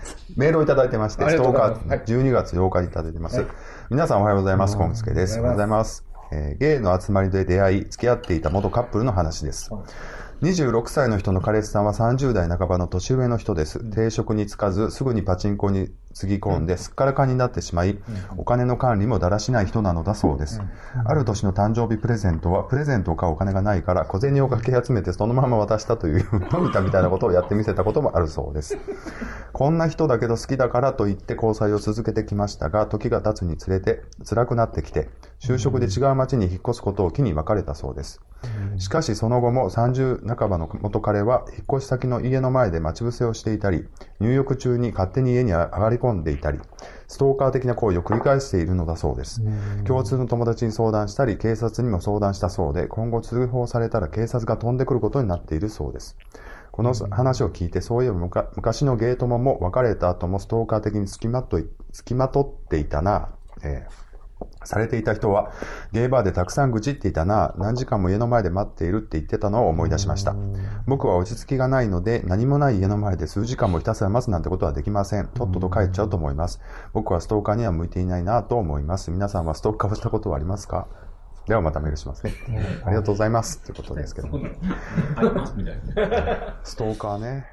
メールをいただいてまして、ストーカー、 はい、 12月8日にいただいてます。はい、皆さんおはようございます。コンスケです。おはようございます。ゲイの集まりで出会い、付き合っていた元カップルの話です。26歳の人の彼氏さんは30代半ばの年上の人です。定職に就かず、すぐにパチンコにつぎ込んで、すっからかんになってしまい、お金の管理もだらしない人なのだそうです。ある年の誕生日プレゼントは、プレゼントを買うお金がないから、小銭をかき集めてそのまま渡したという、のび太みたいなことをやってみせたこともあるそうです。こんな人だけど好きだからと言って交際を続けてきましたが、時が経つにつれて辛くなってきて、就職で違う町に引っ越すことを機に別れたそうです。しかしその後も30半ばの元彼は引っ越し先の家の前で待ち伏せをしていたり、入浴中に勝手に家に上がり込んでいたり、ストーカー的な行為を繰り返しているのだそうです。共通の友達に相談したり、警察にも相談したそうで、今後通報されたら警察が飛んでくることになっているそうです。この話を聞いて、そういえば昔のゲイ友も別れた後もストーカー的に付きまとっていたな、されていた人はゲイバーでたくさん愚痴っていたな、何時間も家の前で待っているって言ってたのを思い出しました。僕は落ち着きがないので、何もない家の前で数時間もひたすら待つなんてことはできません。とっとと帰っちゃうと思います。僕はストーカーには向いていないなと思います。皆さんはストーカーをしたことはありますか？ではまたメールしますね。ありがとうございますってことですけど。 ありますみたいな。 ストーカーね。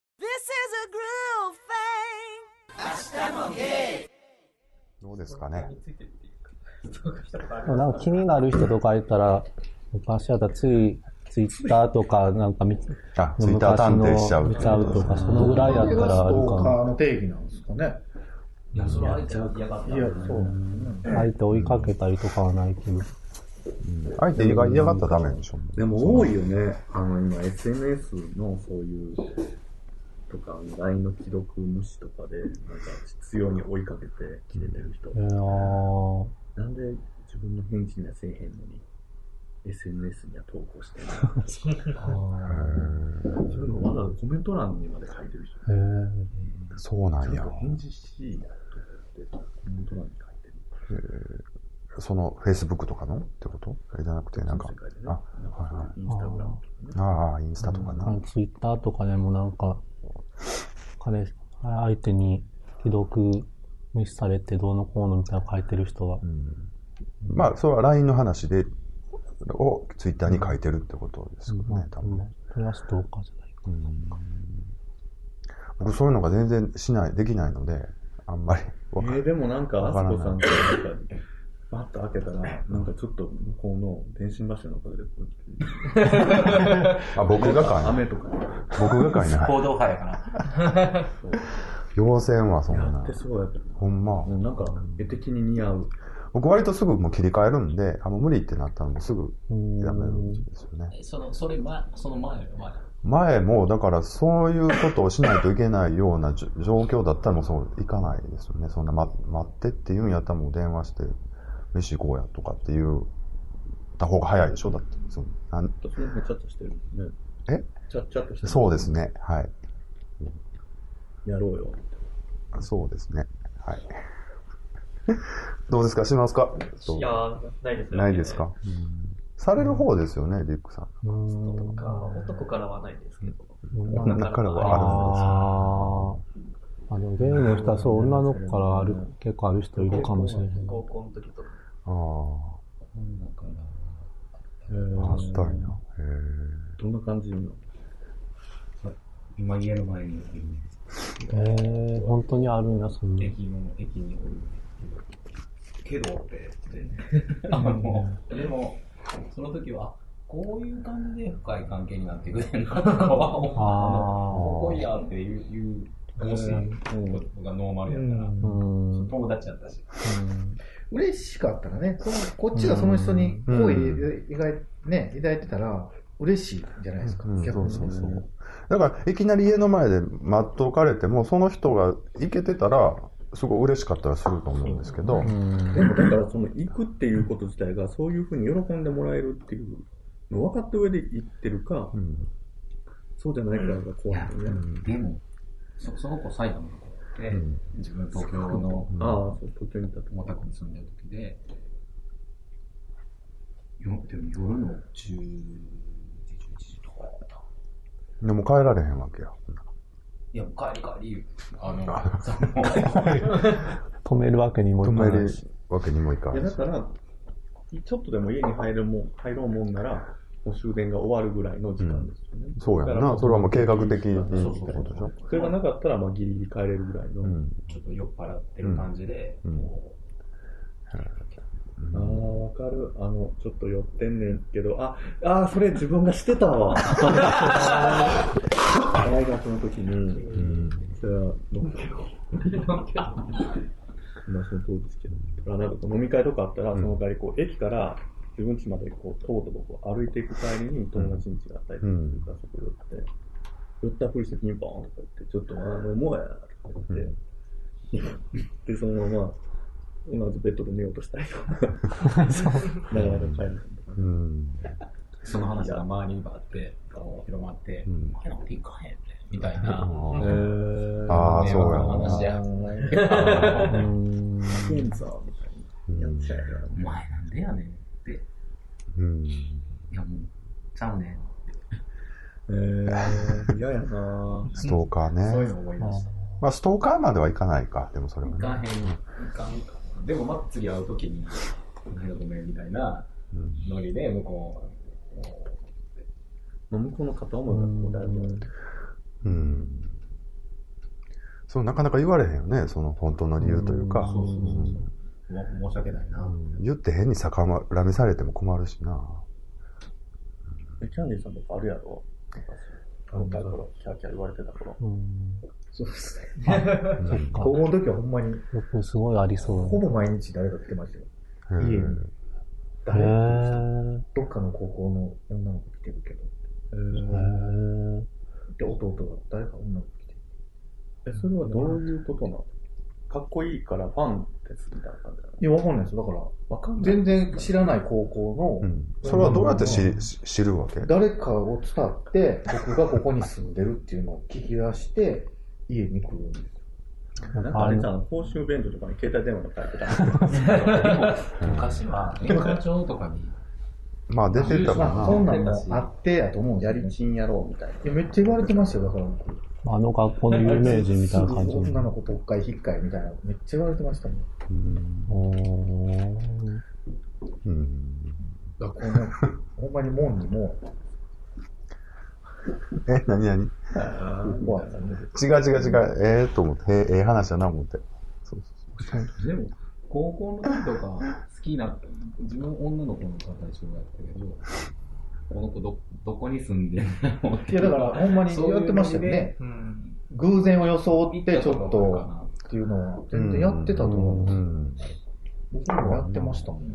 どうですかね。 なんか気になる人とかいたら、昔だったらツイッターとかなんかツイッター探偵しちゃう。 見ちゃうとか、そのぐらいやったらあるかも。 ストーカーの定義なんですかね。 いや、それは相手は嫌がった。 いや、そう相手追いかけたりとかはないけど。 相手が嫌がったらダメでしょ。 でも多いよね。今 SNS のそういうとか LINE の既読無視とかでなんか必要に追いかけて切れてる人。なんで自分の返事にはせえへんのに SNS には投稿してるの？そういうのわざわざコメント欄にまで書いてる人。 そうなんや。 返事しいやと思ってコメント欄に書いてる。 そのフェイスブックとかのってことじゃなくてなんか、 インスタグラムとかね。 インスタとかな。 ツイッターとかでもなんか相手に既読無視されてどうのこうのみたいな書いてる人は、 まあそれは LINE の話でをツイッターに書いてるってことですよね、多分ね。 それはストーカーじゃないか。 僕そういうのが全然できないので、あんまりでもなんか、あすこさんってなんか、バッと開けたら、なんかちょっと向こうの電信柱のおかげでこう僕がかいな。 雨とか。 僕がかいな。 行動派やから。 要線はそんな。 やってそうやけど。 ほんま。 なんか、絵的に似合う。 僕割とすぐもう切り替えるんで、もう無理ってなったのですぐやめるんですよね。 その前も、だからそういうことをしないといけないような状況だったらもうそういかないですよね。そんな待ってっていうんやったらもう電話して、飯行こうやとかっていうた方が早いでしょ。だって。 それもチャットしてるね。チャットしてる。 そうですね。はい。 やろうよ。 そうですね。はい。どうですか？しますか？ いやないですね。 ないですか？される方ですよね、リックさん。 男からはないですけど。 女からはあるんです。ゲイの人はそう、女の子から結構ある人いるかもしれない。 高校の時とか。 あったんや。 どんな感じなの？ 今家の前に本当にあるんや、そんな。 駅におる。けどって言って。でも、その時は、こういう感じで深い関係になっていくねんなとかは思った。ここいやっていう方針がノーマルやったら、友達やったし。 嬉しかったらね、こっちがその人に好意抱いてたら嬉しいじゃないですか。 そう。だからいきなり家の前で待っとかれても、その人が行けてたらすごい嬉しかったりすると思うんですけど、 でもだからその行くっていうこと自体がそういうふうに喜んでもらえるっていうの分かった上で行ってるか、そうじゃないかが怖いよね。 でもその子埼玉で、自分東京の東京にいたと大田区に住んでる時で、夜の10時11時とかやった。 でも帰られへんわけや。 いや、帰り、 止めるわけにもいかないし。 止めるわけにもいかないし。 だから、ちょっとでも家に入ろうもんなら、もう終電が終わるぐらいの時間ですよね。 そうやんな。それはもう計画的にってことでしょ。 それがなかったら、まあギリギリ帰れるぐらいの。 ちょっと酔っ払ってる感じで、 ああ、わかる。ちょっと寄ってんねんけど、それ自分がしてたわ。大学の時に、それは飲んでよ。まあその当時ですけど。なんか飲み会とかあったら、その帰り、駅から自分家までとぼとぼ歩いていく帰りに友達ん家があったりするから、そこ寄ったふりしてピンポーンとか言って、ちょっと飲もうや、とか言って、で、そのまま、同じベッドで寝ようとしたりとか、なかなか帰る。 その話が周りにバーって広まって、お前なんて行かへんねみたいな。 ああ、そうやな。 話や。 ケンザーみたいにやっちゃえよ。 お前なんでやねんって。いやもう、ちゃうねん。嫌やなストーカーね。 そういうの思いました。 まあ、ストーカーまではいかないか、でもそれはね。 いかん。でもまあ次会うときに、何だごめんみたいなノリで向こう。向こうの片思いがだいぶ。 そう、なかなか言われへんよね、その本当の理由というか。 申し訳ないな。 言って変に逆恨みされても困るしな。 キャンディーさんとかあるやろ？キャーキャー言われてた頃。 そうですね。高校の時はほんまに。 僕すごいありそう。 ほぼ毎日誰か来てましたよ。家に。誰どっかの高校の女の子来てるけど。で、弟が誰か女の子来てる。それはどういうことなの？かっこいいからファンですみたいな感じなの？ いや、わかんないですよ。だから、全然知らない高校の。それはどうやって知るわけ？ 誰かを伝って、僕がここに住んでるっていうのを聞き出して、家に来るんですよ。 なんかあれじゃん、公衆便所とかに携帯電話が書いてた。 昔は年賀状とかに。 まあ出てたかな。 そんなんもあってやと思うんですよ。 やりちんやろうみたいな。 いや、めっちゃ言われてましたよ、だから。 あの学校の有名人みたいな感じ。 女の子とっかいひっかいみたいな、めっちゃ言われてましたもん。学校の、ほんまに門にも。 何違う。と思って、話だな思って。 でも、高校の時とか好きな、自分女の子の方一緒にやったけど、この子どこに住んでんの？ いや、だからほんまにやってましたよね。偶然を装ってちょっとっていうのは全然やってたと思うんですよ。僕もやってましたもん。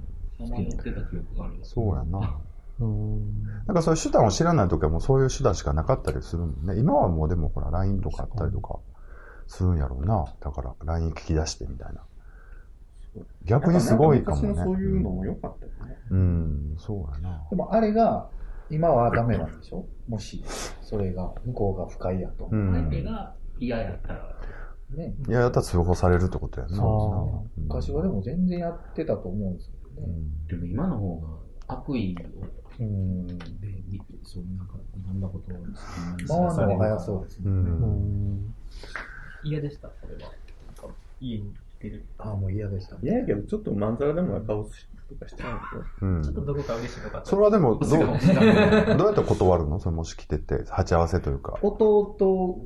そうやな。なんかそういう手段を知らないときはもうそういう手段しかなかったりするもんね。今はもうでもほら LINE とかあったりとかするんやろうな。だから LINE 聞き出してみたいな。逆にすごいかもね。 昔のそういうのも良かったよね。 そうやな。 でもあれが今はダメなんでしょ？もしそれが向こうが不快やと。 相手が嫌やったら。 ね。 嫌やったら通報されるってことやな。 昔はでも全然やってたと思うんですけどね。 でも今の方が悪意を。そうなんかいろんなことを回るのが早そうですね。 嫌でした、それは。家に来てる。 もう嫌でした。 嫌やけど、ちょっとまんざらでもな顔とかしちゃうちょっとどこか嬉しいとか。 それはでもどうやって断るの？それもし来てて、鉢合わせというか。 弟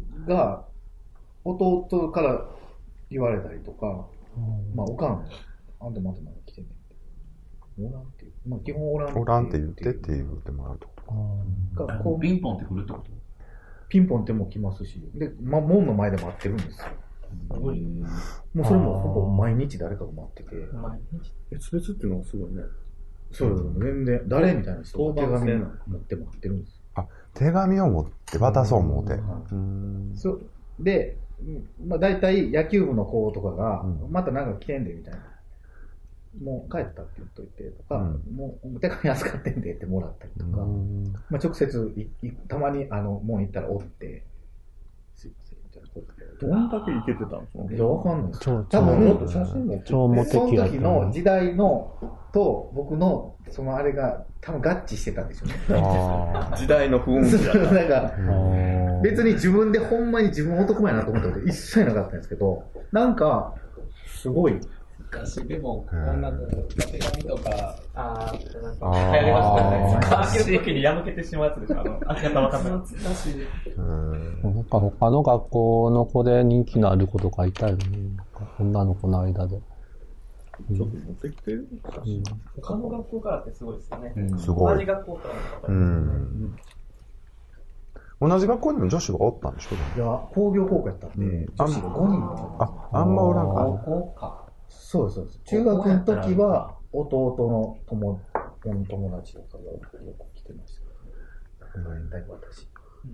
から言われたりとか、まあ、おかん、あんたまたまだ来てんねん。おらんっていう。まあ、基本おらんって言って言ってもらうってことか。 ピンポンって来るってこと？ ピンポンっても来ますし、で、門の前で待ってるんですよ。もうそれもほぼ毎日誰かが待ってて。 毎日別々っていうのがすごいね。 そう全然、誰みたいな人が手紙持って待ってるんですよ。 手紙を持って渡そう思うて。 で、まあ大体野球部の子とかが、またなんか来てんでみたいな。もう帰ったって言っといてとか、もう手紙預かってんでってもらったりとか、まあ直接たまに門行ったらおって、すいませんみたいな。 どんだけイケてたの？ いや、わかんないです。 超多分もっと写真も超モテその期やった時の時代のと僕のそのあれが多分合致してたんでしょうね。 時代の雰囲気だった。 なんか別に自分でほんまに自分男前やなと思ったこと一切なかったんですけど、なんかすごい昔でもこんな手紙とかなんか流行りましたね。開けるときに破けてしまうやつですか？開け方わかんない。懐かしい。 なんか他の学校の子で人気のある子とかいたよね。女の子の間で。 ちょっと持ってきてる？ 他の学校からってすごいですよね。 すごい。 同じ学校からの方ですね。 同じ学校にも女子がおったんでしょ？ いや、工業高校やったんで、女子が5人も。 あんまおらんか。 高校か。 そうです、そうです。中学の時は弟の友達とかがよく来てましたけどね。だいぶ私。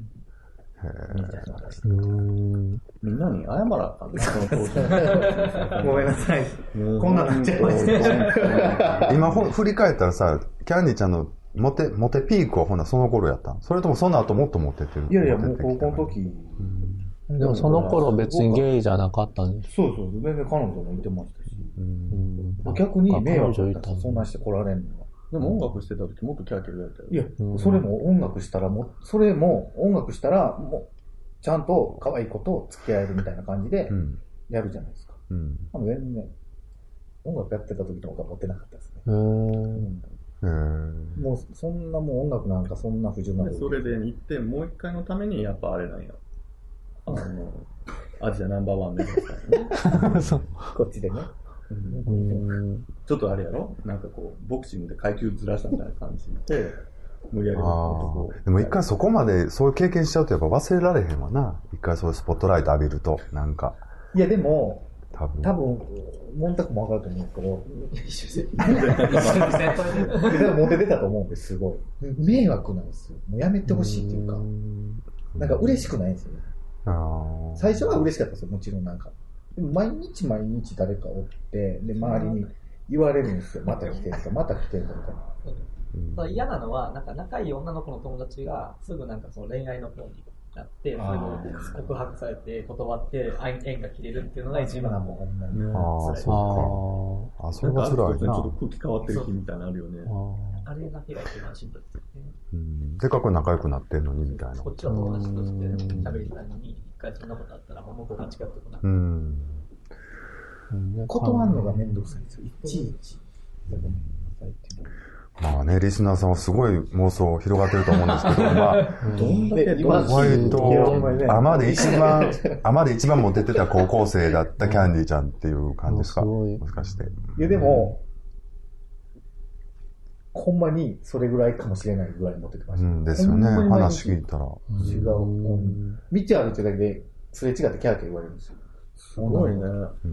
みんなに謝らあかんね、その当時。 ごめんなさい。こんなのなっちゃいました。 今振り返ったらさ、キャンディちゃんのモテピークはほなその頃やったん？それともその後もっとモテてる？ いやいや、もう高校の時。 でもその頃別にゲイじゃなかったんです。 そうそう、全然彼女もいてましたし。逆に迷惑だった。そんなして来られんのは。 でも音楽してた時もっとキャーキャーやったよ。 いや、それも音楽したらもうちゃんと可愛い子と付き合えるみたいな感じでやるじゃないですか。全然音楽やってた時の方が持ってなかったですね。もうそんなもう音楽なんかそんな不純な。 それで行ってもう一回のためにやっぱあれなんや。アジアナンバーワン目指したよね。 こっちでね。 ちょっとあれやろ、なんかこうボクシングで階級ずらしたみたいな感じで無理やり。 でも一回そこまでそういう経験しちゃうとやっぱ忘れられへんわな。一回そういうスポットライト浴びるとなんか。 いやでも多分モンタクも分かると思うんですけど、でもモテ出たと思うんです。すごい迷惑なんですよ。もうやめてほしいっていうか、なんか嬉しくないんですよね。最初は嬉しかったですよ、もちろん。なんかでも毎日誰かおって、で周りに言われるんですよ。また来てると、また来てるとみたいな。 嫌なのは、なんか仲いい女の子の友達がすぐなんかその恋愛の方になって、すぐ告白されて断って縁が切れるっていうのが一番もうほんまにそうか。それは辛いな。 ちょっと空気変わってる日みたいなのあるよね。 あれだけが一番しんどいですよね。 せっかく仲良くなってんのにみたいな。 こっちは友達として喋りたいのに、一回そんなことあったらもう向こうが違ってこない。 断るのがめんどくさいんですよ。いちいち。 まあね、リスナーさんはすごい妄想広がってると思うんですけど、まあ、割と、甘で一番モテてた高校生だったキャンディーちゃんっていう感じですか？もしかして。 いやでも、ほんまにそれぐらいかもしれないぐらいモテてました。 ですよね、話聞いたら。 違う。道歩いてるだけですれ違ってキャーキャー言われるんですよ。 すごいね。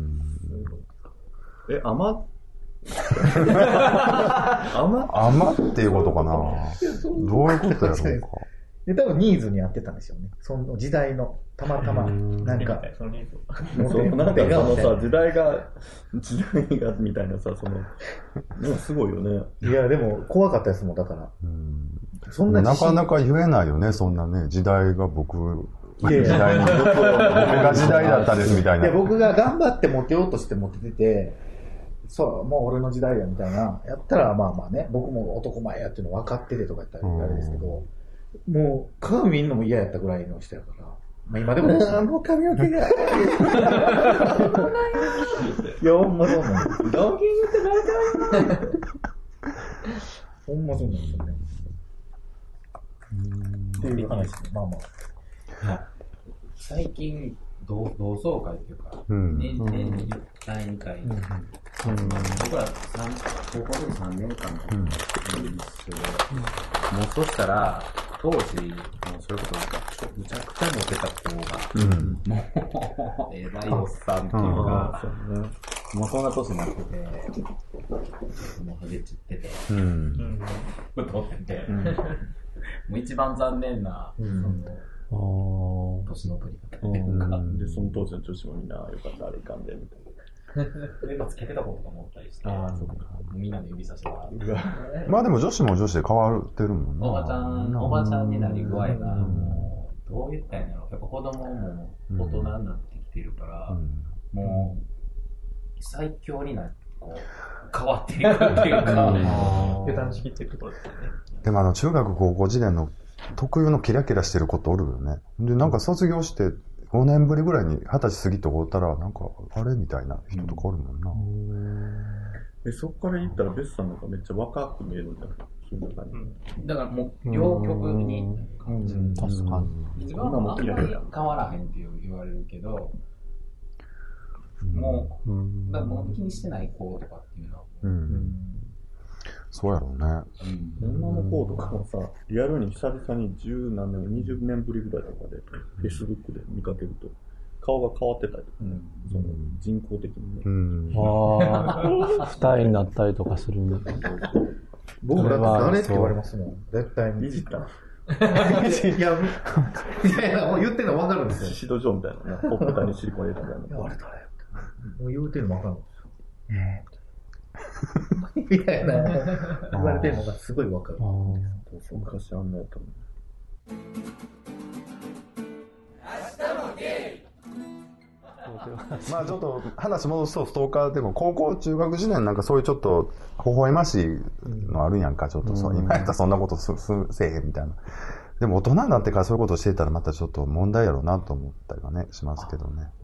甘っていうことかな。どういうことやろうか。 で、多分ニーズに合ってたんですよね。その時代の、たまたま、なんか、 そのニーズを。なんかそのさ、時代が、みたいなさ、すごいよね。 いや、でも、怖かったですもん、だから。 そんななかなか言えないよね、そんなね、時代が僕が時代だったですみたいな。 いや、僕が頑張ってモテようとしてモテてて、そう、もう俺の時代やみたいな、やったらまあまあね、僕も男前やっていうの分かっててとか言ったらあれですけど、もう鏡見るのも嫌やったぐらいの人やから、まあ今でも、もう髪の毛が。いや、ほんまそうなんです。ドキングって何回ほんまそうなんですよね。っていう話で、まあまあ。 最近、同窓会っていうか、年に1回、2回、僕ら高校で3年間一緒で、もうそしたら、当時、もうそれこそなんか、むちゃくちゃモテた子が、もう、偉いおっさんっていうか、もうそんな年になってて、もうはげちってて、太ってて、もう一番残念な、年の取り方で、その当時の女子もみんなよかった、あれいかんで、みたいな。 メンバーつけてた子とか思ったりして、みんなで指差しが。 まあでも女子も女子で変わってるもんね。 おばちゃんになり具合が、もどう言ったらいいんだろう。やっぱ子供も大人になってきてるから、もう、最強になって、こう、変わっていくっていうか、 油断しきっていくことですよね。 でも中学高校時代の特有のキラキラしてる子っておるよね。で、なんか卒業して5年ぶりぐらいに20歳過ぎておったら、なんか、あれみたいな人とかおるもんな。 そこから言ったらベスさんなんかめっちゃ若く見えるんだよ。 だからもう、両極に感じる。 確かに。 今もあんまり変わらへんって言われるけど、もう、だからもう気にしてない子とかっていうのは、 そうやろうね。 女の子とかもさ、リアルに久々に10何年も20年ぶりぐらいとかで、Facebook で見かけると、顔が変わってたりとかね、その人工的にね。 二重になったりとかするんだ。 僕だって誰って言われますもん。絶対に。 いじったいや、もう言ってるの分かるんですよ。 シシドジョーみたいな、ほっぺたにシリコン入れたみたいな。 あれ誰もう言うてるの分かるんですよ。みたいな言われてるのがすごい分かる。 昔あんなやったの。 まあちょっと話戻すとストーカーでも高校中学時代なんかそういうちょっと微笑ましいのあるんやんか、ちょっとそう今やったらそんなことせえへんみたいな。でも大人になってからそういうことしてたらまたちょっと問題やろうなと思ったりはねしますけどね。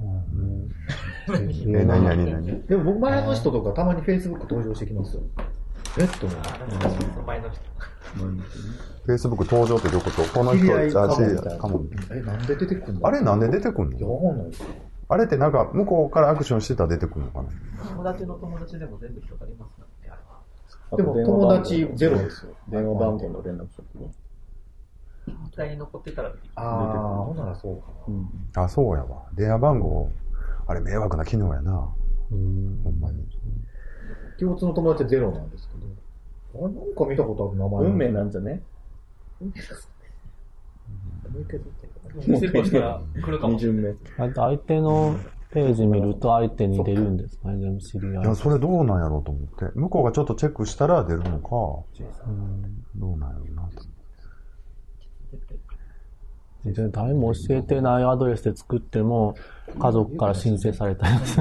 何でも僕前の人とかたまに Facebook 登場してきますよ。と思う。 前の人。 Facebook 登場ってどういうこと？この人知り合いかもみたいな。 かも。 なんで出てくんの？ああれなんで出てくんいや、 の？ わかんないです。 あれってなんか向こうからアクションしてたら出てくるのかな？ 友達の友達でも全部広がりますからね、あれは。 でも友達ゼロですよ。 電話番号の連絡先は。 携帯に残ってたら出てくる。 ああ、ほんならそうかな。 あ、そうやわ。電話番号、あれ迷惑な機能やな。ほんまに。 共通の友達はゼロなんですけど。なんか見たことある名前。 運命なんじゃね？ 見せるしたら来るかもしれない。 相手のページ見ると相手に出るんですかね、全部知り合い。 いや、それどうなんやろうと思って。向こうがちょっとチェックしたら出るのか、どうなんやろうなと。 全然誰も教えてないアドレスで作っても、家族から申請されたやつ。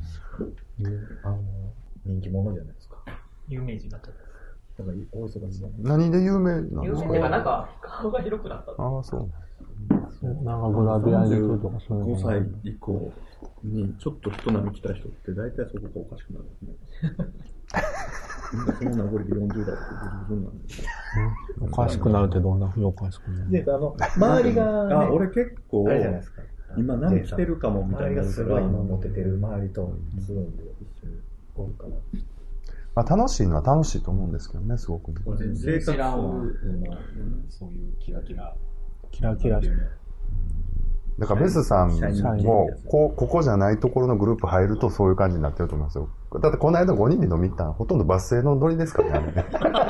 人気者じゃないですか。 有名人になっちゃった。 だから大忙しだね。 何で有名なんですか？ 有名っていうか、なんか顔が広くなった。 ああ、そう。 なんかグラビアに行くとかそういうの。 5歳以降にちょっと人並み来た人って大体そこがおかしくなるんですね。みんなその名残で40代って十分なんですよ。 おかしくなるってどんな風におかしくなる？ で、周りが、ね、 俺結構、 あれじゃないですか。 今何来てるかもみたいな。 周りがすごい今モテてる周りとするんで、一緒におるから。 まあ楽しいのは楽しいと思うんですけどね、すごくね。 全然知らんわ。そういうキラキラ。 キラキラして。 だからベスさんもここじゃないところのグループ入るとそういう感じになってると思いますよ。だってこの間5人で飲み行ったのほとんどバスへのノリですからね。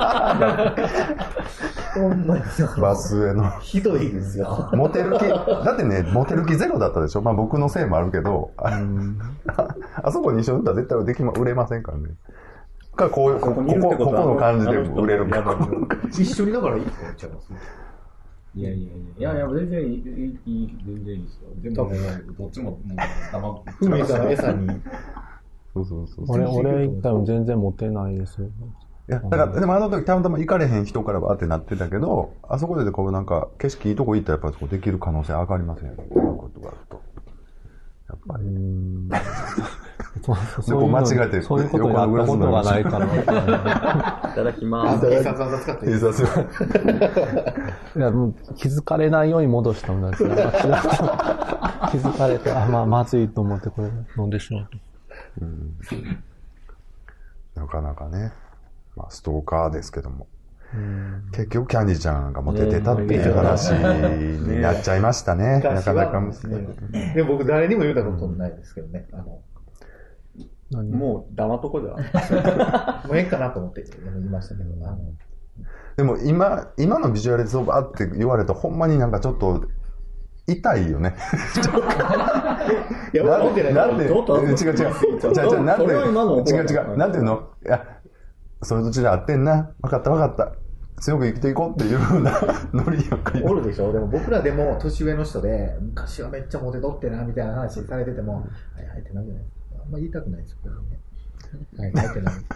ほんまにバスへの。 ひどいですよ。 モテる気、だってね、モテる気ゼロだったでしょ。まあ僕のせいもあるけど、あそこに一緒にいったら絶対売れませんからね。かここの感じで売れるか。 一緒にだからいいって言っちゃいますね。 いや、全然いいですよ。でも、どっちも、 ふみさんの餌に。 そう。 俺一回も全然モテないですよ。 いや、だから、でもあの時たまたま行かれへん人からはってなってたけど、あそこでこうなんか、景色いいとこ行ったらやっぱりできる可能性上がりますよね。そういうことがあると。やっぱり。 そういう間違えて、 そういうことになったことがないから。 いただきます。 必殺技使っていいですか？ いや、もう気づかれないように戻したんだけど、気づかれて、まずいと思ってこれ飲んでしまうと。 なかなかね、まあストーカーですけども。結局キャンディちゃんがモテてたっていう話になっちゃいましたね。なかなか。 でも僕誰にも言うたことないですけどね。 もう黙っとこでは。 もうええかなと思って言いましたけど。 でも今のビジュアルでそうバーって言われるとほんまになんかちょっと痛いよね。 いや、なんで違う。なんていうの？いや、それと違う合ってんな。わかった。 強く生きていこうっていう風なノリやんか。 おるでしょ。でも僕らでも年上の人で、昔はめっちゃモテとってな、みたいな話されてても、はいはいってなるじゃないですか。あんま言いたくないですよ、これね。はいはいってなる。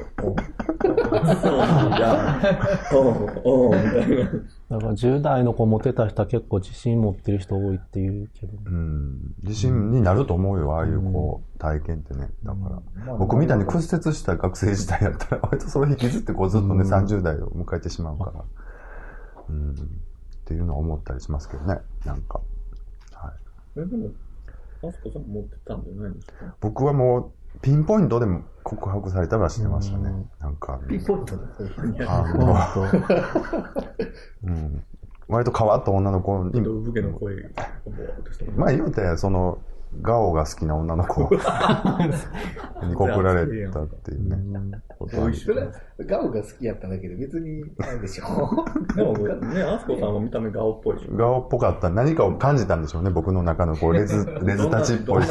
おう、みたいな。 だから10代の子モテた人は結構自信持ってる人多いって言うけど。 自信になると思うよ、ああいうこう、体験ってね。だから、僕みたいに屈折した学生時代やったら、割とそれ引きずってこうずっとね、30代を迎えてしまうから。っていうのは思ったりしますけどね、なんか。はい。 でも、あすこさん持ってたんじゃないんですか？ 僕はもう、ピンポイントでも告白されたりはしてましたね。なんか。 ピンポイントで割と変わった女の子に。 武家の声まあ言うて、その、ガオが好きな女の子に告られたっていうね。 ガオが好きやっただけで別にないでしょ。 でもね、あすこさんも見た目ガオっぽいでしょ。 ガオっぽかった。何かを感じたんでしょうね、僕の中のこうレズたちっぽい。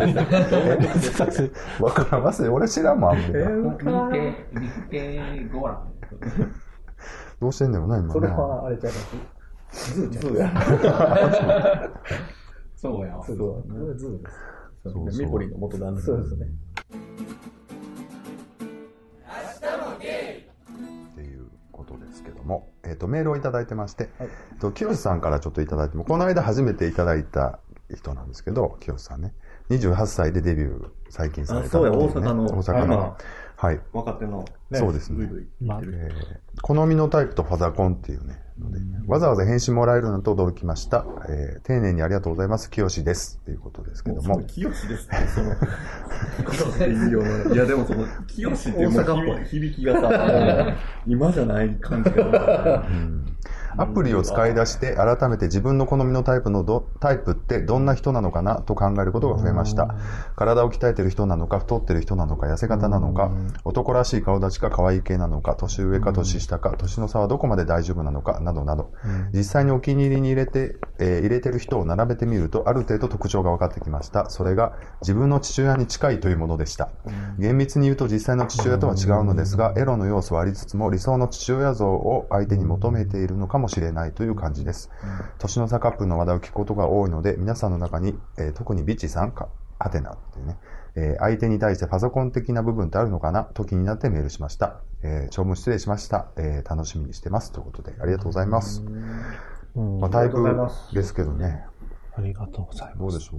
わからん、忘れ、俺知らんもん、あんまり。 見てごらん。 どうしてんだよな、今。 それはあれちゃいます。ズーや。 そうや。 そう。これズーです。 ミポリンの元旦那。 そうですね。 っていうことですけども、メールをいただいてまして、清さんからちょっといただいても、この間初めていただいた人なんですけど、清さんね、28歳でデビュー最近された、 そうや、大阪の。 はい。 若手の。 そうですね。好みのタイプとファザコンっていうね、わざわざ返信もらえるのと驚きました。丁寧にありがとうございます。清です。ということですけども。 清ですって、いや、でもその、清っていう響きがさ、今じゃない感じが。 アプリを使い出して改めて自分の好みのタイプってどんな人なのかなと考えることが増えました。体を鍛えてる人なのか、太ってる人なのか、痩せ方なのか、男らしい顔立ちか可愛い系なのか、年上か年下か、年の差はどこまで大丈夫なのか、などなど、実際にお気に入りに入れてる人を並べてみると、ある程度特徴が分かってきました。それが自分の父親に近いというものでした。厳密に言うと実際の父親とは違うのですが、エロの要素はありつつも理想の父親像を相手に求めているのかもしれないという感じです。年の差カップルの話題を聞くことが多いので、皆さんの中に、特にビッチさんか、ハテナっていうね、相手に対してパソコン的な部分ってあるのかなと気になってメールしました。長文失礼しました。楽しみにしてます。ということで、ありがとうございます。タイプですけどね。 ありがとうございます。 どうでしょ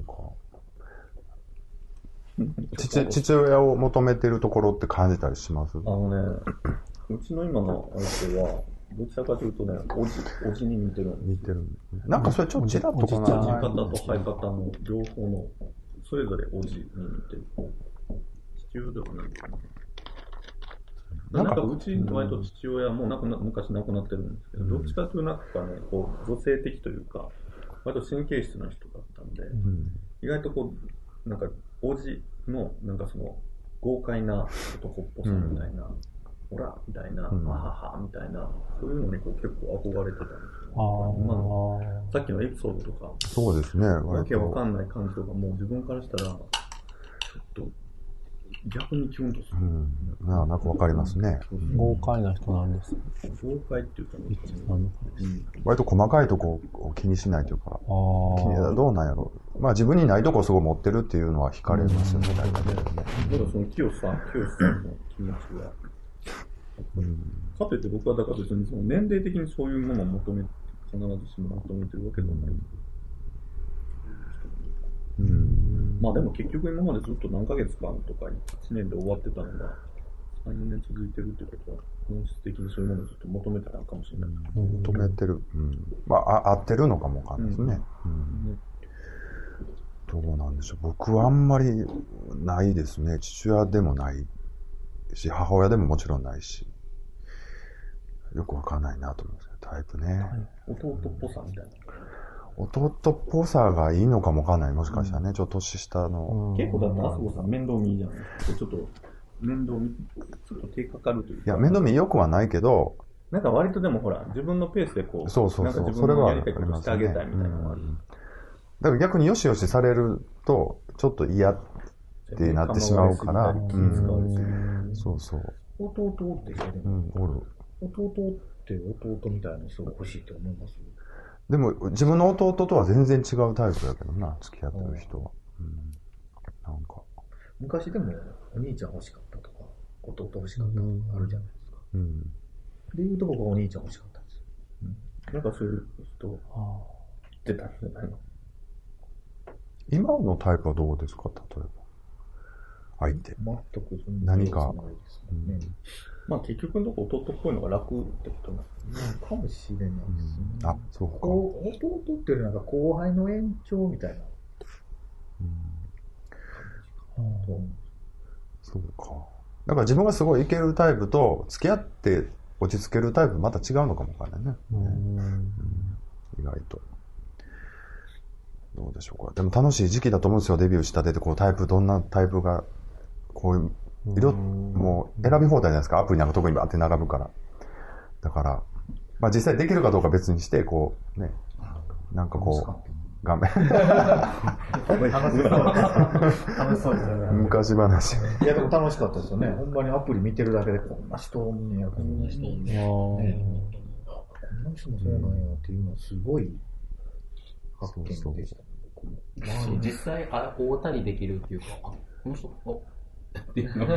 うか。父親を求めてるところって感じたりします？ うちの今の相手は、どちらかというとね、おじに似てるんです。 似てるんですね。なんかそれちょっとちらっとこの生き方と生え方の両方の、それぞれおじに似てる。父親ではないですね。なんかうちの割と父親も昔亡くなってるんですけど、どっちかというとなんかね、こう、女性的というか、割と神経質な人だったんで、意外とこう、なんか、おじの、なんかその、豪快な男っぽさみたいな、ほらみたいな、はははみたいな、そういうのにこう結構憧れてたんですよ。さっきのエピソードとか、 そうですね。 わけわかんない感じとか、もう自分からしたら、ちょっと、逆にキュンとする。 なんかわかりますね。 豪快な人なんです。 豪快っていうかね、 割と細かいとこを気にしないというか、どうなんやろう。まあ自分にないとこをすごい持ってるっていうのは惹かれますよね、大体ね。 だからその清さんの気持ちは、かといって僕はだから別にその年齢的にそういうものを必ずしも求めてるわけではない。まあでも結局今までずっと何ヶ月間とか1年で終わってたのが3、4年続いてるってことは本質的にそういうものをずっと求めてたのかもしれない。 求めてる。まあ合ってるのかもわかんないですね。どうなんでしょう。僕はあんまりないですね。父親でもないし、母親でももちろんないし、よくわかんないなと思いますね。タイプね。 弟っぽさみたいな。 弟っぽさがいいのかもわかんない。もしかしたらね、ちょっと年下の。 結構だってあそこさん面倒見いいじゃないですか。ちょっと面倒見、ちょっと手かかるというか。 いや、面倒見よくはないけど、 なんか割とでもほら、自分のペースでこう、 そう、 なんか自分のやりたいことしてあげたいみたいなのがある。 だから逆によしよしされると、ちょっと嫌ってなってしまうから、そうそう。 弟って言われる。 おる。 弟って弟みたいな人が欲しいと思います。 でも、自分の弟とは全然違うタイプだけどな、付き合ってる人は。なんか。 昔でも、お兄ちゃん欲しかったとか、弟欲しかったとかあるじゃないですか。で言うと僕はお兄ちゃん欲しかったんですよ。 なんかそういう人、言ってたんじゃないの？ 今のタイプはどうですか、例えば。相手。 全く何か。 まあ結局のとこ弟っぽいのが楽ってことなんですね。 かもしれないですね。 あ、そうか。 弟っていうのはなんか後輩の延長みたいな。 そうか。だから自分がすごいイケるタイプと付き合って落ち着けるタイプまた違うのかもわからないね。意外と。どうでしょうか。でも楽しい時期だと思うんですよ、デビューしたてで、こうタイプ、どんなタイプが、こういう、もう選び放題じゃないですか、アプリなんか特にバーって並ぶから。だから、まあ実際できるかどうか別にして、こう、ね、なんかこう、画面。 楽しそうですね。 昔話。 いやでも楽しかったですよね。ほんまにアプリ見てるだけで、こんな人おんねや、こんな人おんねや。こんな人もそうなんやっていうのはすごい発見でした。 実際、会うたりできるっていうか、この人、っていうの。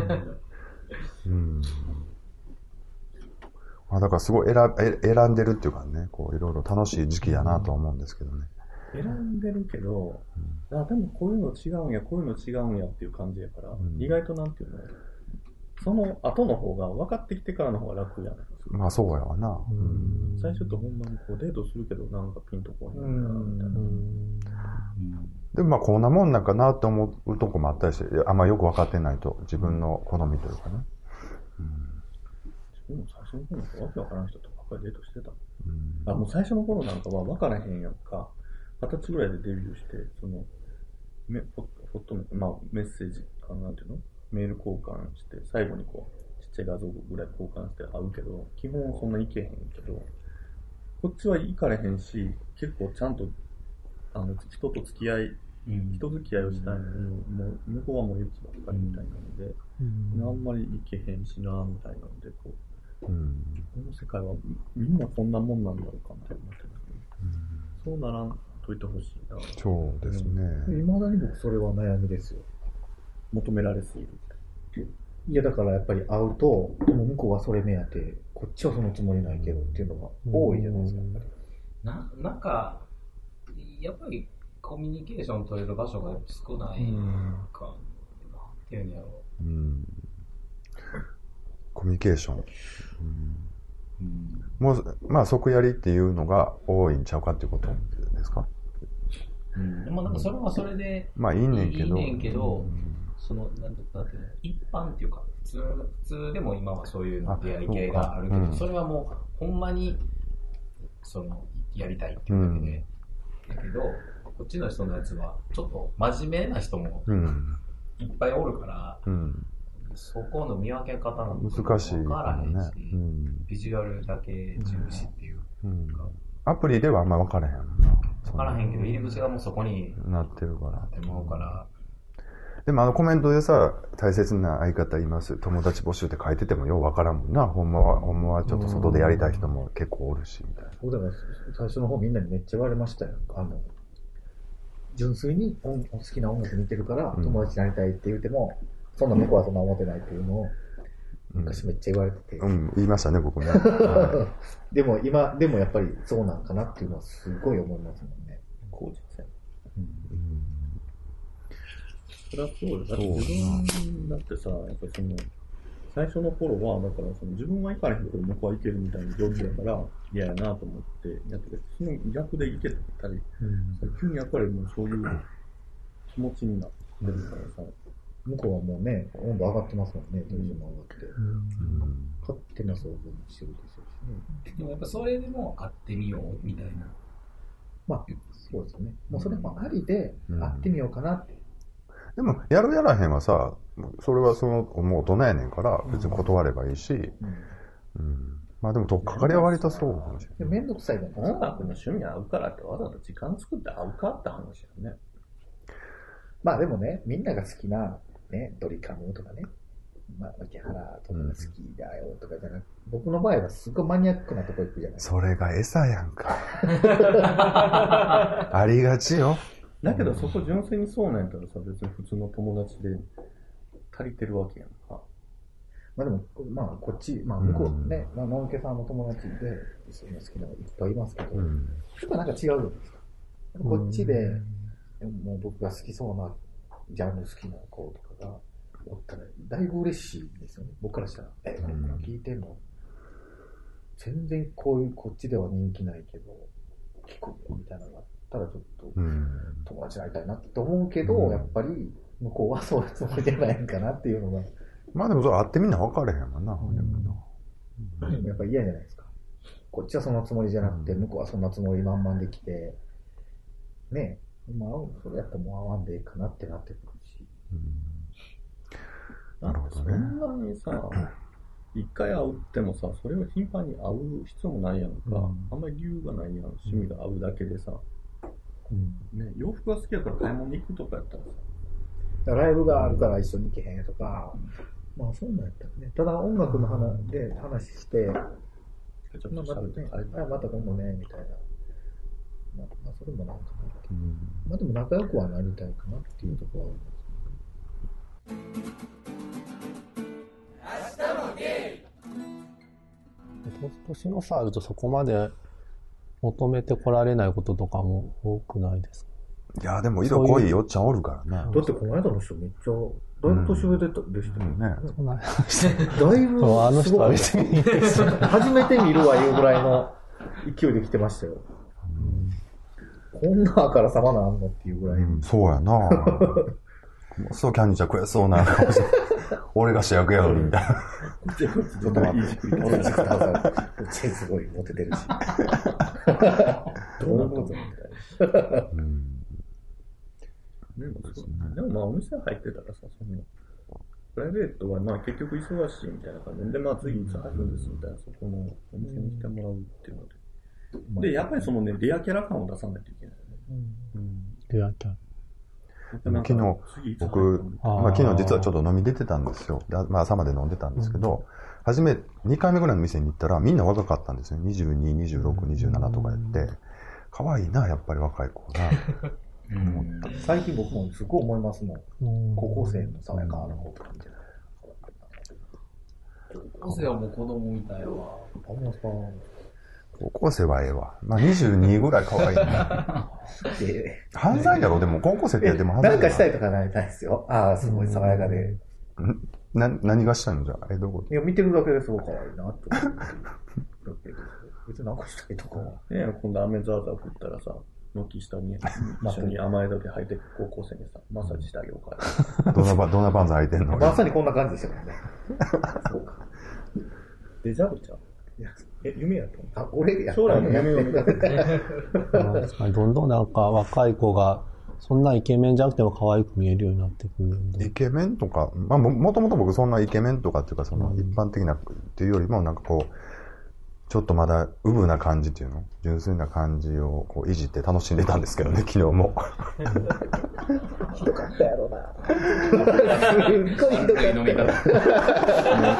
だからすごい選んでるっていうかね、こういろいろ楽しい時期やなとは思うんですけどね。 選んでるけど、でもこういうの違うんや、こういうの違うんやっていう感じやから、意外となんていうの、その後の方が分かってきてからの方が楽じゃないですか。 まあそうやわな。 最初ってほんまにこうデートするけどなんかピンとこないなみたいな。 でもまあこんなもんなんかなって思うとこもあったりして、あんまよく分かってないと自分の好みというかね。 自分も最初の頃なんかわけわからん人とばっかりデートしてた。もう最初の頃なんかは分からへんやんか。20歳ぐらいでデビューして、そのメッセージなんていうの？メール交換して、最後にこう、ちっちゃい画像ぐらい交換して会うけど、基本そんな行けへんけど、こっちは行かれへんし、結構ちゃんと、人と付き合い、人付き合いをしたいのに、もう、向こうはもう勇気ばっかりみたいなので、あんまり行けへんしな、みたいなので、この世界はみんなこんなもんなんだろうか、みたいな思ってますね。そうならんといてほしいな。 そうですね。 未だに僕それは悩みですよ。 求められすぎる。 いやだからやっぱり会うと、でも向こうはそれ目当て、こっちはそのつもりないけどっていうのが多いじゃないですか、やっぱり。 なんか、やっぱりコミュニケーション取れる場所が少ないか、なんていうんやろう。 コミュニケーション。もう、まあ即やりっていうのが多いんちゃうかっていうことですか？ でもなんかそれはそれで、 まあいいねんけど、 その、なんていうの、一般っていうか、普通でも今はそういうの出会い系があるけど、それはもう、ほんまに、やりたいっていうだけで、だけど、こっちの人のやつは、ちょっと真面目な人もいっぱいおるから、そこの見分け方なんて難しい分からへんし、 ね。 ビジュアルだけ重視っていうか。 アプリではあんま分からへんもんな。 分からへんけど、入り口がもうそこになってるから。 なってもうから。 でもコメントでさ、大切な相方います、友達募集って書いててもよう分からんもんな。ほんまはちょっと外でやりたい人も結構おるし、みたいな。 僕だから最初の方みんなにめっちゃ言われましたよ。純粋に好きな音楽見てるから友達になりたいって言っても、そんな向こうはそんな思ってないっていうのを昔めっちゃ言われてて。 言いましたね、僕ね。 でもやっぱりそうなんかなっていうのはすごい思いますもんね。 こう実践。それはそうです。だって自分だってさ、やっぱり最初の頃は、だから自分は行かれへんけど向こうは行けるみたいな状況だから嫌やなと思ってやってて、その逆で行けたり、急にやっぱりもうそういう気持ちになってるからさ、 向こうはもうね、温度上がってますもんね、テンションも上がって。勝手な想像もしてるでしょうしね。 でもやっぱそれでも会ってみようみたいな。 まあ、そうですね。もうそれもありで会ってみようかなって。 でも、やるやらへんはさ、それはもう大人やねんから、別に断ればいいし、まあでも、とっかかりは割とそうかもしれない。 めんどくさいじゃないですか。 音楽の趣味合うからってわざわざ時間作って会うかって話だよね。 まあでもね、みんなが好きな、ね、ドリカムとかね、 牧原とか好きだよとかじゃなくて、僕の場合はすごいマニアックなとこ行くじゃないですか。 それが餌やんか。ありがちよ。 だけどそこ純粋にそうなんやったらさ、別に普通の友達で足りてるわけやんか。 まあでも、こっち、向こうね、のんけさんの友達で、そういうの好きなのいっぱいいますけど、やっぱなんか違うじゃないですか。こっちで、もう僕が好きそうなジャンル好きな子とかがおったら、だいぶ嬉しいですよね。僕からしたら、聞いてんの全然こっちでは人気ないけど、聞くみたいなのがあったらちょっと友達になりたいなって思うけど、やっぱり向こうはそういうつもりじゃないかなっていうのが。 まあでもそれあってみんな分かれへんもんな。 やっぱり嫌じゃないですか。こっちはそのつもりじゃなくて、向こうはそんなつもり満々できて、ねえ、それやったらもう合わんでいいかなってなってくるし。 なるほどね。そんなにさ、一回会うってもさ、それを頻繁に会う必要もないやんか。あんまり理由がないやん。趣味が合うだけでさ。ね、洋服が好きやから買い物に行くとかやったらさ。 ライブがあるから一緒に行けへんとか、そうなんやったらね。ただ音楽の話して、また今度ね、みたいな。それもなんかな。でも仲良くはなりたいかなっていうところはありますね。明日もゲイ！年の差あるとそこまで求めてこられないこととかも多くないですか？ いや、でも色濃いよっちゃんおるからね。 だってこの間の人めっちゃ、だいぶ年上でしたもんね。 だいぶ、あの人は別に初めて見るわいうぐらいの勢いで来てましたよ。こんなあからさまなんのっていうぐらい。 そうやなそうキャンディちゃん悔しそうな顔して、俺が主役やのにみたいな。 ちょっと待って、いいじくり倒されて、すごいモテてるし。どういうことみたいな。 でもお店入ってたらさ、プライベートは結局忙しいみたいな感じで、次いつ入るんですみたいな、そこのお店に来てもらうっていうので。で、やっぱりレアキャラ感を出さないといけないよね。 レアキャラ。 昨日、僕、昨日実はちょっと飲み出てたんですよ。朝まで飲んでたんですけど、2回目ぐらいの店に行ったらみんな若かったんですよ。22、26、27とかやって。可愛いな、やっぱり若い子が。 最近僕もすごい思いますもん。高校生の爽やかな子とか見てない。 高校生はもう子供みたいわ。 高校生はええわ。22ぐらい可愛いな。犯罪やろ、でも高校生ってでも犯罪。 なんかしたいとかなりたいですよ。すごい爽やかで。 何がしたいのじゃあ、どこいや、見てるだけですごい可愛いなと思って。別になんかしたいとかは。 今度雨ザーザー降ったらさ、軒下に一緒に甘えだけ履いて高校生にさ、マッサージしてあげようか。 どんなパンツ履いてんの？ まさにこんな感じでしたもんね。そうか。デジャブちゃう？いや、夢やと思う。俺や将来の夢を見てどんどんなんか若い子が、そんなイケメンじゃなくても可愛く見えるようになってくる。 イケメンとか、もともと僕そんなイケメンとかっていうか、一般的なっていうよりも、なんかちょっとまだウブな感じっていうの、純粋な感じをいじって楽しんでたんですけどね、昨日も。 ひどかったやろな。すっごいひどかった。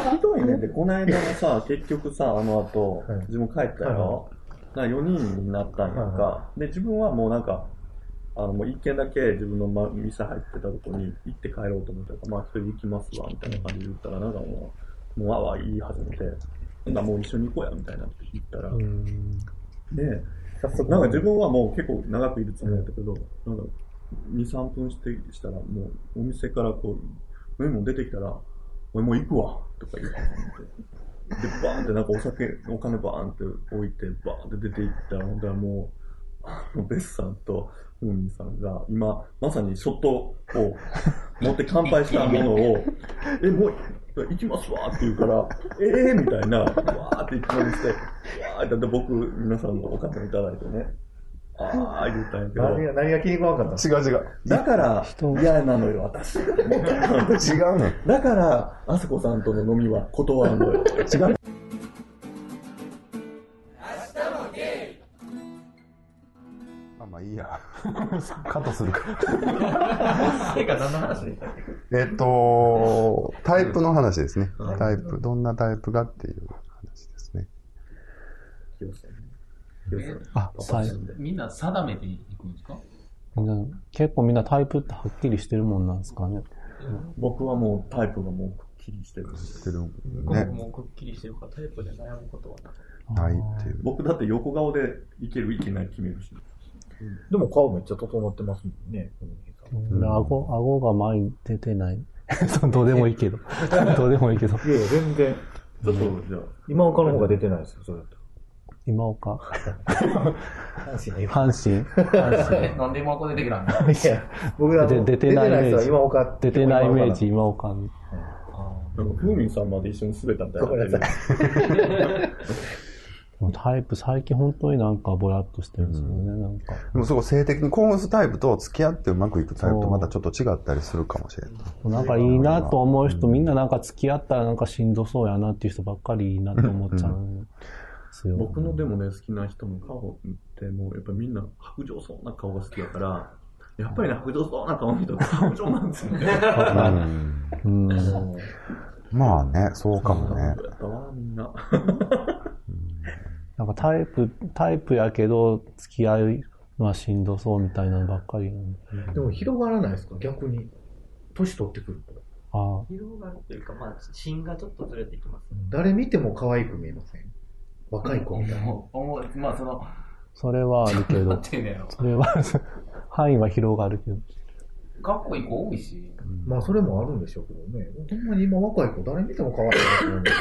ひどいね。で、この間のさ、結局さ、あの後、自分帰ったよ。4人になったんやんか。で、自分はもうなんか、もう一軒だけ自分の店入ってたとこに行って帰ろうと思ったから、一人行きますわ、みたいな感じで言ったら、なんかもう言い始めて、もう一緒に行こうや、みたいなって言ったら、で、なんか自分はもう結構長くいるつもりだったけど、なんか2、3分したら、もうお店から飲み物出てきたら、俺もう行くわ、とか言う始めて。で、バーンってなんかお金バーンって置いて、バーンって出て行ったら、ほんとはもう、ベスさんとふーみんさんが今、まさにショットを持って乾杯したものを、もう行きますわって言うから、みたいな、わーって言ってもして、わーって僕、皆さんのお金いただいてね、言ったんやけど。 何が気に食わなかった違う。 だから、嫌なのよ、私。違うね。 だから、あすこさんとの飲みは断るのよ。違う。 いいや。カットするか。 てか何の話でしたっけ？ タイプの話ですね。タイプ、どんなタイプがっていう話ですね。 みんな定めていくんですか？ 結構みんなタイプってはっきりしてるもんなんですかね。 僕はもうタイプがもうくっきりしてる。 僕もくっきりしてるからタイプで悩むことはないっていう。 僕だって横顔でいけるいけない決めるし。 でも顔めっちゃ整ってますもんね。 顎が前に出てない。どうでもいいけど。どうでもいいけど。 いやいや、全然。 ちょっと、じゃあ。 今岡の方が出てないですよ、それだと。 今岡阪神。なんで今岡出てきたんだ？ いや、僕は出てないイメージ。 今岡。 出てないイメージ、今岡。 ふうみんさんまで一緒に滑ったみたいな。 ごめんなさい。 タイプ、最近本当になんかぼやっとしてるんですよね、なんか。 でもすごい性的に興奮するタイプと付き合ってうまくいくタイプとまたちょっと違ったりするかもしれない。 なんかいいなと思う人、みんななんか付き合ったらなんかしんどそうやなっていう人ばっかりいいなと思っちゃうんですよ。 僕のでもね、好きな人の顔ってもうやっぱみんな白状そうな顔が好きだから、やっぱりね、白状そうな顔の人って白状なんですよね。 まあね、そうかもね。 やったわ、みんな。 なんかタイプやけど、付き合うのはしんどそうみたいなのばっかり。 でも広がらないですか、逆に。年取ってくると。 広がるというか、まあ、芯がちょっとずれてきますね。 誰見ても可愛く見えません？若い子みたいな。 まあ、 それはあるけど、それは、範囲は広がるけど。 かっこいい子多いし。 まあ、それもあるんでしょうけどね。ほんまに今若い子、誰見ても可愛いなと思うんで。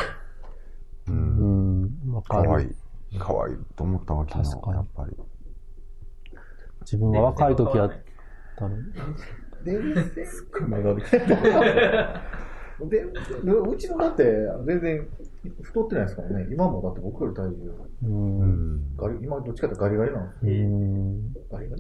可愛い。可愛いと思ったわけな、やっぱり。 自分は若い時やったの。 うちのだって全然太ってないですからね。今もだって僕より体重。今どっちかってガリガリなんですよ。ガリガリ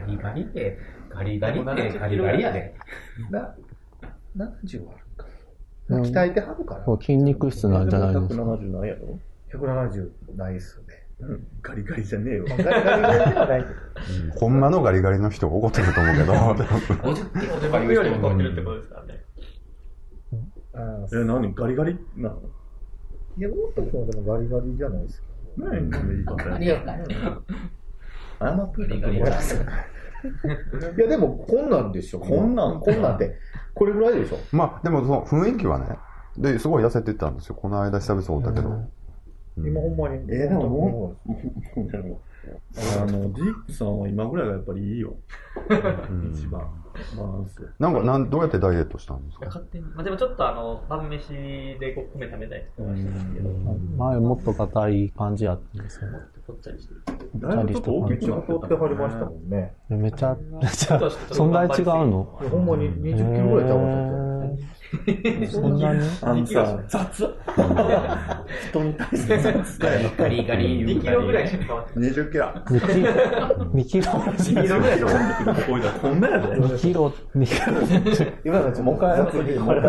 やで。 70はあるか。鍛えてはるから。 筋肉質なんじゃないですか。 170ないやろ ？170ないっすね。 ガリガリじゃねえよ。 ガリガリではない。 ほんまのガリガリの人が怒ってると思うけど。 50キロで僕よりも太ってるってことですからね。 何ガリガリなの？ いや、もっともでもガリガリじゃないですか。 何の言い方や。謝っといたいや、でもこんなんでしょ。こんなんって、これぐらいでしょ。 まあ、でもその雰囲気はね、すごい痩せてたんですよ。この間久々会ったけど。 今ほんまに。 でももう、ディックさんは今ぐらいがやっぱりいいよ。一番。バランス。 どうやってダイエットしたんですか？ 勝手に。まあでもちょっと晩飯で米食べたりとかしたんですけど。 前もっと硬い感じやったんですよ。 ぽっちゃりしてる。 だいぶちょっと大きくなってはりましたもんね。 めちゃ、そんなに違うの？ ほんまに20キロぐらい食べたんそんなに雑人に対して雑だよ。 ガリガリ 2キロぐらいしか変わってない。 20キロ。 2キロ 2キロぐらいでこんなやで。 2キロ。 今たちもう一回やる。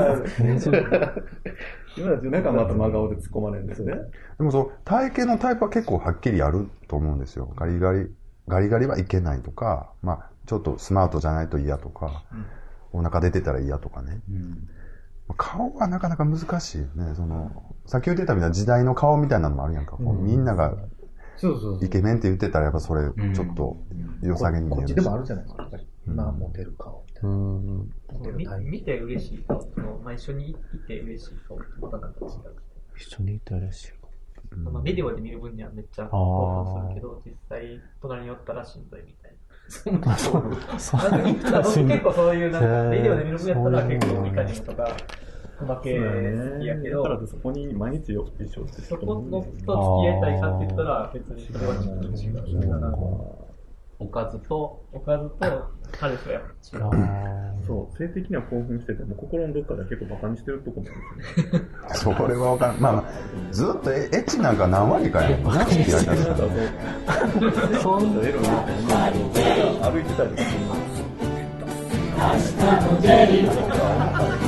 今たちなんかまた真顔で突っ込まれるんですね。 でも体型のタイプは結構はっきりあると思うんですよ。ガリガリはいけないとか、まあ、ちょっとスマートじゃないと嫌とか、お腹出てたら嫌とかね。顔はなかなか難しいよね。さっき言ってたみたいな時代の顔みたいなのもあるやんか。みんながイケメンって言ってたらやっぱそれちょっと良さげに見える。 こっちでもあるじゃないですか。やっぱり今モテる顔みたいな。 見て嬉しい顔と、一緒にいて嬉しい顔とまたなんか違う。 一緒にいて嬉しい顔。ビデオで見る分にはめっちゃ興奮するけど、実際隣におったらしんどいみたいな。結構そういうビデオで見る分やったら結構いい感じとか。おまけ好きやけど、 だからそこに毎日よ一緒ってそこのと付き合いたいかって言ったら別にそれはちょっと違う。おかずと彼氏はやっぱ違う。 そう、性的には興奮してても心のどっかで結構バカにしてるとこなんですよね。 それはわかんない。まあ、ずっとエッチなんか何割かやん。何割やったんですかね。 そんなエロな歩いてたりする。 明日も出る